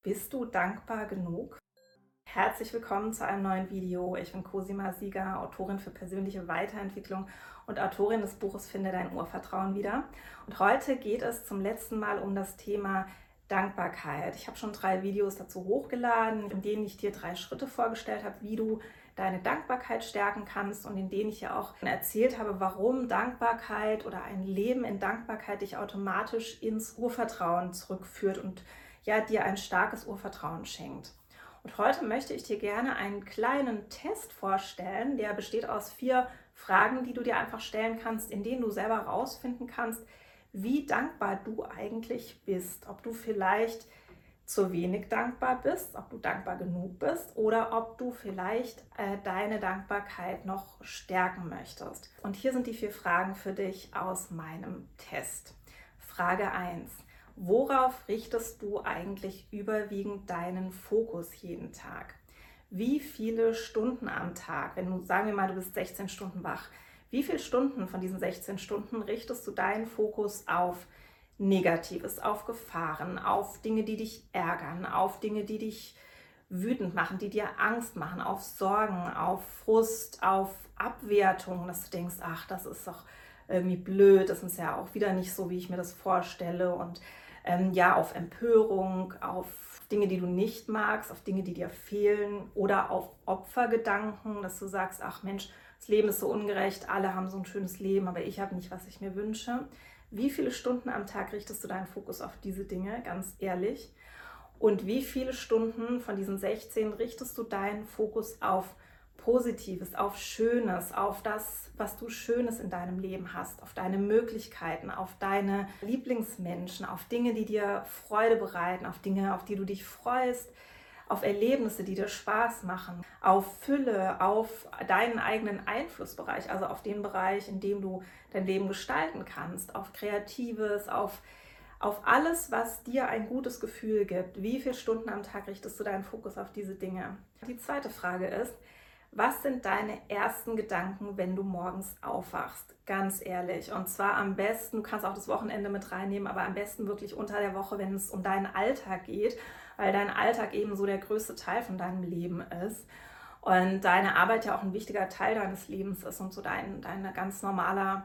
Bist du dankbar genug? Herzlich willkommen zu einem neuen Video. Ich bin Cosima Sieger, Autorin für persönliche Weiterentwicklung und Autorin des Buches Finde dein Urvertrauen wieder. Und heute geht es zum letzten Mal um das Thema Dankbarkeit. Ich habe schon 3 Videos dazu hochgeladen, in denen ich dir 3 Schritte vorgestellt habe, wie du deine Dankbarkeit stärken kannst und in denen ich ja auch erzählt habe, warum Dankbarkeit oder ein Leben in Dankbarkeit dich automatisch ins Urvertrauen zurückführt und ja, dir ein starkes Urvertrauen schenkt. Und heute möchte ich dir gerne einen kleinen Test vorstellen, der besteht aus 4 Fragen, die du dir einfach stellen kannst, in denen du selber herausfinden kannst, wie dankbar du eigentlich bist. Ob du vielleicht zu wenig dankbar bist, ob du dankbar genug bist oder ob du vielleicht deine Dankbarkeit noch stärken möchtest. Und hier sind die 4 Fragen für dich aus meinem Test. Frage 1. Worauf richtest du eigentlich überwiegend deinen Fokus jeden Tag? Wie viele Stunden am Tag, wenn du, sagen wir mal, du bist 16 Stunden wach, wie viele Stunden von diesen 16 Stunden richtest du deinen Fokus auf Negatives, auf Gefahren, auf Dinge, die dich ärgern, auf Dinge, die dich wütend machen, die dir Angst machen, auf Sorgen, auf Frust, auf Abwertung, dass du denkst, ach, das ist doch irgendwie blöd, das ist ja auch wieder nicht so, wie ich mir das vorstelle und ja, auf Empörung, auf Dinge, die du nicht magst, auf Dinge, die dir fehlen oder auf Opfergedanken, dass du sagst, ach Mensch, das Leben ist so ungerecht, alle haben so ein schönes Leben, aber ich habe nicht, was ich mir wünsche. Wie viele Stunden am Tag richtest du deinen Fokus auf diese Dinge, ganz ehrlich? Und wie viele Stunden von diesen 16 richtest du deinen Fokus auf Positives, auf Schönes, auf das, was du Schönes in deinem Leben hast, auf deine Möglichkeiten, auf deine Lieblingsmenschen, auf Dinge, die dir Freude bereiten, auf Dinge, auf die du dich freust, auf Erlebnisse, die dir Spaß machen, auf Fülle, auf deinen eigenen Einflussbereich, also auf den Bereich, in dem du dein Leben gestalten kannst, auf Kreatives, auf alles, was dir ein gutes Gefühl gibt. Wie viele Stunden am Tag richtest du deinen Fokus auf diese Dinge? Die zweite Frage ist, was sind deine ersten Gedanken, wenn du morgens aufwachst? Ganz ehrlich. Und zwar am besten, du kannst auch das Wochenende mit reinnehmen, aber am besten wirklich unter der Woche, wenn es um deinen Alltag geht, weil dein Alltag eben so der größte Teil von deinem Leben ist. Und deine Arbeit ja auch ein wichtiger Teil deines Lebens ist und so dein ganz normaler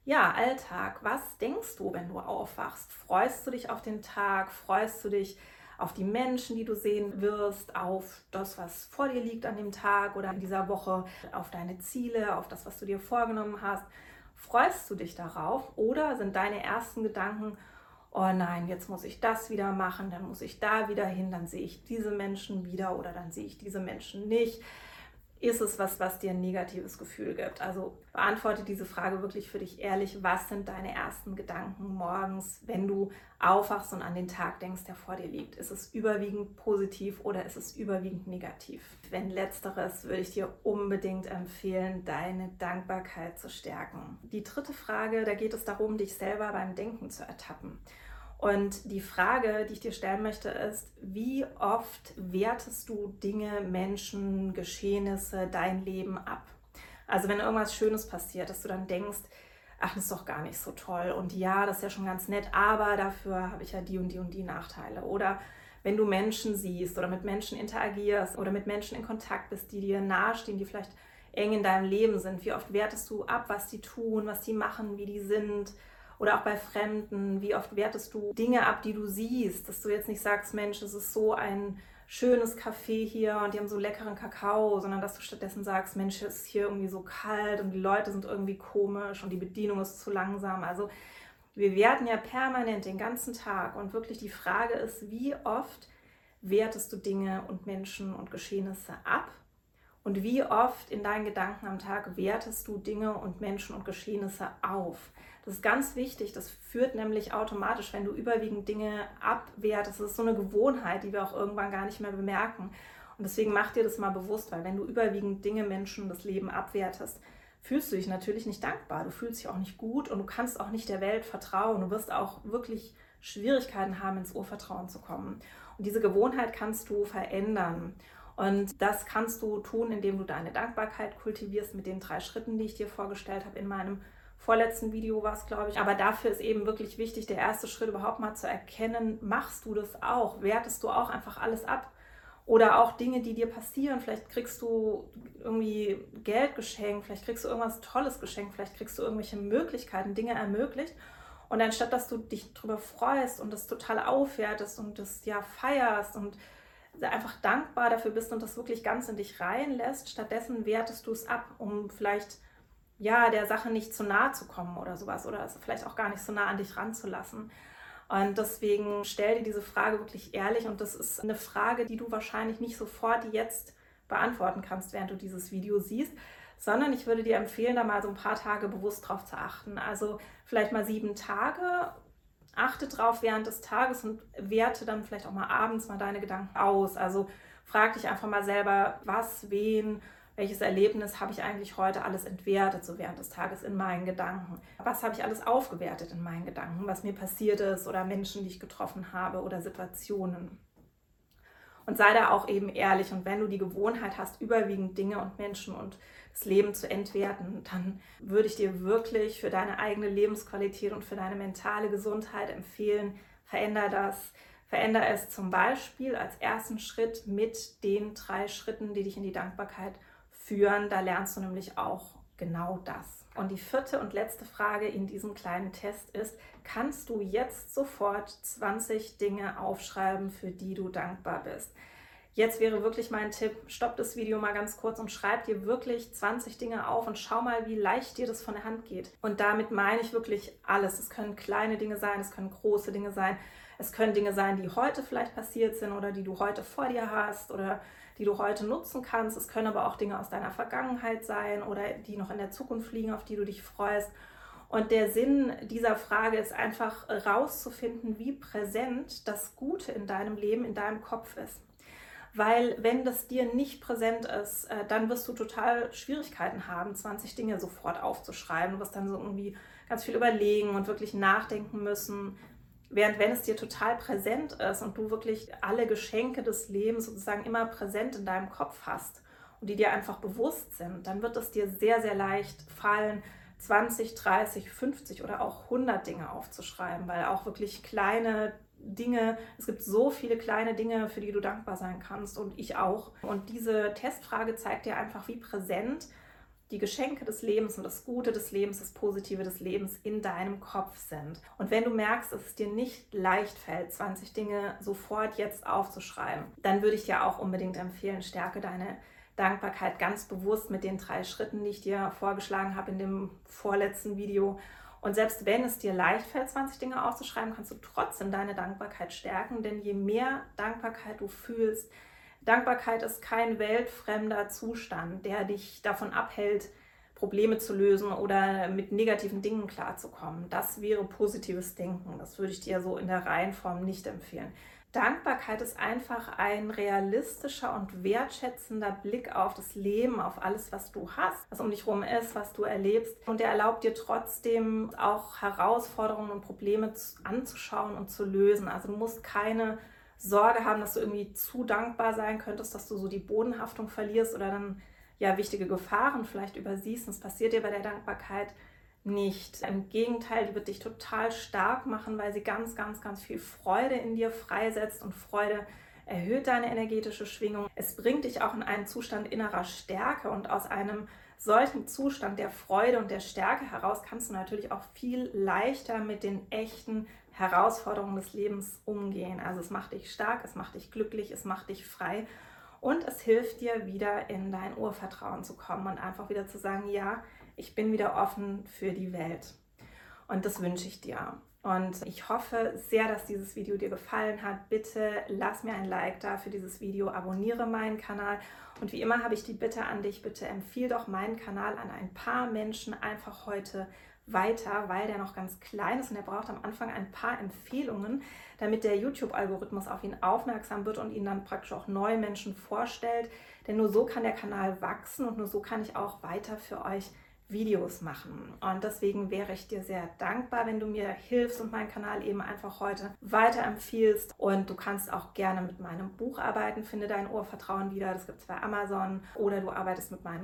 Alltag. Was denkst du, wenn du aufwachst? Freust du dich auf den Tag? Freust du dich auf die Menschen, die du sehen wirst, auf das, was vor dir liegt an dem Tag oder in dieser Woche, auf deine Ziele, auf das, was du dir vorgenommen hast? Freust du dich darauf oder sind deine ersten Gedanken, oh nein, jetzt muss ich das wieder machen, dann muss ich da wieder hin, dann sehe ich diese Menschen wieder oder dann sehe ich diese Menschen nicht? Ist es was dir ein negatives Gefühl gibt? Also beantworte diese Frage wirklich für dich ehrlich. Was sind deine ersten Gedanken morgens, wenn du aufwachst und an den Tag denkst, der vor dir liegt? Ist es überwiegend positiv oder ist es überwiegend negativ? Wenn letzteres, würde ich dir unbedingt empfehlen, deine Dankbarkeit zu stärken. Die dritte Frage, da geht es darum, dich selber beim Denken zu ertappen. Und die Frage, die ich dir stellen möchte, ist, wie oft wertest du Dinge, Menschen, Geschehnisse, dein Leben ab? Also wenn irgendwas Schönes passiert, dass du dann denkst, ach, das ist doch gar nicht so toll und ja, das ist ja schon ganz nett, aber dafür habe ich ja die und die und die Nachteile. Oder wenn du Menschen siehst oder mit Menschen interagierst oder mit Menschen in Kontakt bist, die dir nahestehen, die vielleicht eng in deinem Leben sind, wie oft wertest du ab, was die tun, was die machen, wie die sind? Oder auch bei Fremden, wie oft wertest du Dinge ab, die du siehst, dass du jetzt nicht sagst, Mensch, es ist so ein schönes Café hier und die haben so leckeren Kakao, sondern dass du stattdessen sagst, Mensch, es ist hier irgendwie so kalt und die Leute sind irgendwie komisch und die Bedienung ist zu langsam. Also wir werten ja permanent den ganzen Tag und wirklich die Frage ist, wie oft wertest du Dinge und Menschen und Geschehnisse ab? Und wie oft in deinen Gedanken am Tag wertest du Dinge und Menschen und Geschehnisse auf? Das ist ganz wichtig, das führt nämlich automatisch, wenn du überwiegend Dinge abwertest, das ist so eine Gewohnheit, die wir auch irgendwann gar nicht mehr bemerken. Und deswegen mach dir das mal bewusst, weil wenn du überwiegend Dinge, Menschen, das Leben abwertest, fühlst du dich natürlich nicht dankbar, du fühlst dich auch nicht gut und du kannst auch nicht der Welt vertrauen. Du wirst auch wirklich Schwierigkeiten haben, ins Urvertrauen zu kommen. Und diese Gewohnheit kannst du verändern. Und das kannst du tun, indem du deine Dankbarkeit kultivierst mit den 3 Schritten, die ich dir vorgestellt habe in meinem vorletzten Video war es, glaube ich. Aber dafür ist eben wirklich wichtig, der erste Schritt überhaupt mal zu erkennen, machst du das auch? Wertest du auch einfach alles ab? Oder auch Dinge, die dir passieren. Vielleicht kriegst du irgendwie Geld geschenkt, vielleicht kriegst du irgendwas Tolles geschenkt, vielleicht kriegst du irgendwelche Möglichkeiten, Dinge ermöglicht. Und anstatt, dass du dich darüber freust und das total aufwertest und das ja feierst und einfach dankbar dafür bist und das wirklich ganz in dich reinlässt, stattdessen wertest du es ab, um vielleicht ja der Sache nicht zu nahe zu kommen oder sowas oder es vielleicht auch gar nicht so nah an dich ranzulassen. Und deswegen stell dir diese Frage wirklich ehrlich und das ist eine Frage, die du wahrscheinlich nicht sofort jetzt beantworten kannst, während du dieses Video siehst, sondern ich würde dir empfehlen, da mal so ein paar Tage bewusst drauf zu achten. Also vielleicht mal 7 Tage, achte drauf während des Tages und werte dann vielleicht auch mal abends mal deine Gedanken aus. Also frag dich einfach mal selber, was, wen, welches Erlebnis habe ich eigentlich heute alles entwertet, so während des Tages in meinen Gedanken? Was habe ich alles aufgewertet in meinen Gedanken, was mir passiert ist oder Menschen, die ich getroffen habe oder Situationen? Und sei da auch eben ehrlich. Und wenn du die Gewohnheit hast, überwiegend Dinge und Menschen und das Leben zu entwerten, dann würde ich dir wirklich für deine eigene Lebensqualität und für deine mentale Gesundheit empfehlen, veränder das. Veränder es zum Beispiel als ersten Schritt mit den 3 Schritten, die dich in die Dankbarkeit führen. Da lernst du nämlich auch genau das. Und die 4. und letzte Frage in diesem kleinen Test ist, kannst du jetzt sofort 20 Dinge aufschreiben, für die du dankbar bist? Jetzt wäre wirklich mein Tipp, stopp das Video mal ganz kurz und schreib dir wirklich 20 Dinge auf und schau mal, wie leicht dir das von der Hand geht. Und damit meine ich wirklich alles. Es können kleine Dinge sein, es können große Dinge sein. Es können Dinge sein, die heute vielleicht passiert sind oder die du heute vor dir hast oder die du heute nutzen kannst. Es können aber auch Dinge aus deiner Vergangenheit sein oder die noch in der Zukunft liegen, auf die du dich freust. Und der Sinn dieser Frage ist einfach rauszufinden, wie präsent das Gute in deinem Leben, in deinem Kopf ist. Weil wenn das dir nicht präsent ist, dann wirst du total Schwierigkeiten haben, 20 Dinge sofort aufzuschreiben. Du wirst dann so irgendwie ganz viel überlegen und wirklich nachdenken müssen. Während wenn es dir total präsent ist und du wirklich alle Geschenke des Lebens sozusagen immer präsent in deinem Kopf hast und die dir einfach bewusst sind, dann wird es dir sehr, sehr leicht fallen, 20, 30, 50 oder auch 100 Dinge aufzuschreiben, weil auch wirklich kleine Dinge, es gibt so viele kleine Dinge, für die du dankbar sein kannst und ich auch. Und diese Testfrage zeigt dir einfach, wie präsent die Geschenke des Lebens und das Gute des Lebens, das Positive des Lebens in deinem Kopf sind. Und wenn du merkst, dass es dir nicht leicht fällt, 20 Dinge sofort jetzt aufzuschreiben, dann würde ich dir auch unbedingt empfehlen, stärke deine Dankbarkeit ganz bewusst mit den 3 Schritten, die ich dir vorgeschlagen habe in dem vorletzten Video. Und selbst wenn es dir leicht fällt, 20 Dinge aufzuschreiben, kannst du trotzdem deine Dankbarkeit stärken, denn je mehr Dankbarkeit du fühlst, Dankbarkeit ist kein weltfremder Zustand, der dich davon abhält, Probleme zu lösen oder mit negativen Dingen klarzukommen. Das wäre positives Denken. Das würde ich dir so in der Reihenform nicht empfehlen. Dankbarkeit ist einfach ein realistischer und wertschätzender Blick auf das Leben, auf alles, was du hast, was um dich herum ist, was du erlebst. Und der erlaubt dir trotzdem auch Herausforderungen und Probleme anzuschauen und zu lösen. Also du musst keine Sorge haben, dass du irgendwie zu dankbar sein könntest, dass du so die Bodenhaftung verlierst oder dann ja wichtige Gefahren vielleicht übersiehst. Das passiert dir bei der Dankbarkeit nicht. Im Gegenteil, die wird dich total stark machen, weil sie ganz, ganz, ganz viel Freude in dir freisetzt und Freude erhöht deine energetische Schwingung. Es bringt dich auch in einen Zustand innerer Stärke und aus einem solchen Zustand der Freude und der Stärke heraus kannst du natürlich auch viel leichter mit den echten Herausforderungen des Lebens umgehen. Also es macht dich stark, es macht dich glücklich, es macht dich frei und es hilft dir wieder in dein Urvertrauen zu kommen und einfach wieder zu sagen, ja, ich bin wieder offen für die Welt. Und das wünsche ich dir. Und ich hoffe sehr, dass dieses Video dir gefallen hat. Bitte lass mir ein Like da für dieses Video, abonniere meinen Kanal. Und wie immer habe ich die Bitte an dich, bitte empfiehl doch meinen Kanal an ein paar Menschen einfach heute weiter, weil der noch ganz klein ist und er braucht am Anfang ein paar Empfehlungen, damit der YouTube-Algorithmus auf ihn aufmerksam wird und ihn dann praktisch auch neuen Menschen vorstellt. Denn nur so kann der Kanal wachsen und nur so kann ich auch weiter für euch Videos machen. Und deswegen wäre ich dir sehr dankbar, wenn du mir hilfst und meinen Kanal eben einfach heute weiterempfiehlst. Und du kannst auch gerne mit meinem Buch arbeiten, Finde dein Urvertrauen wieder. Das gibt es bei Amazon. Oder du arbeitest mit meinem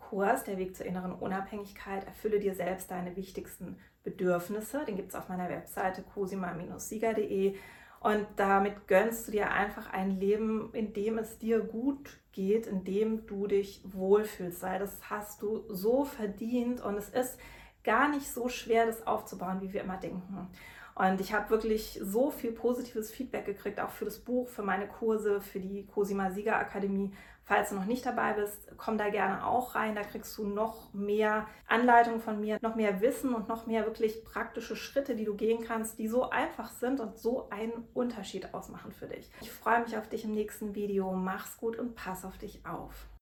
Kurs, der Weg zur inneren Unabhängigkeit, erfülle dir selbst deine wichtigsten Bedürfnisse. Den gibt es auf meiner Webseite cosima-sieger.de. Und damit gönnst du dir einfach ein Leben, in dem es dir gut geht, in dem du dich wohlfühlst, weil das hast du so verdient und es ist gar nicht so schwer, das aufzubauen, wie wir immer denken. Und ich habe wirklich so viel positives Feedback gekriegt, auch für das Buch, für meine Kurse, für die Cosima Sieger Akademie. Falls du noch nicht dabei bist, komm da gerne auch rein. Da kriegst du noch mehr Anleitungen von mir, noch mehr Wissen und noch mehr wirklich praktische Schritte, die du gehen kannst, die so einfach sind und so einen Unterschied ausmachen für dich. Ich freue mich auf dich im nächsten Video. Mach's gut und pass auf dich auf.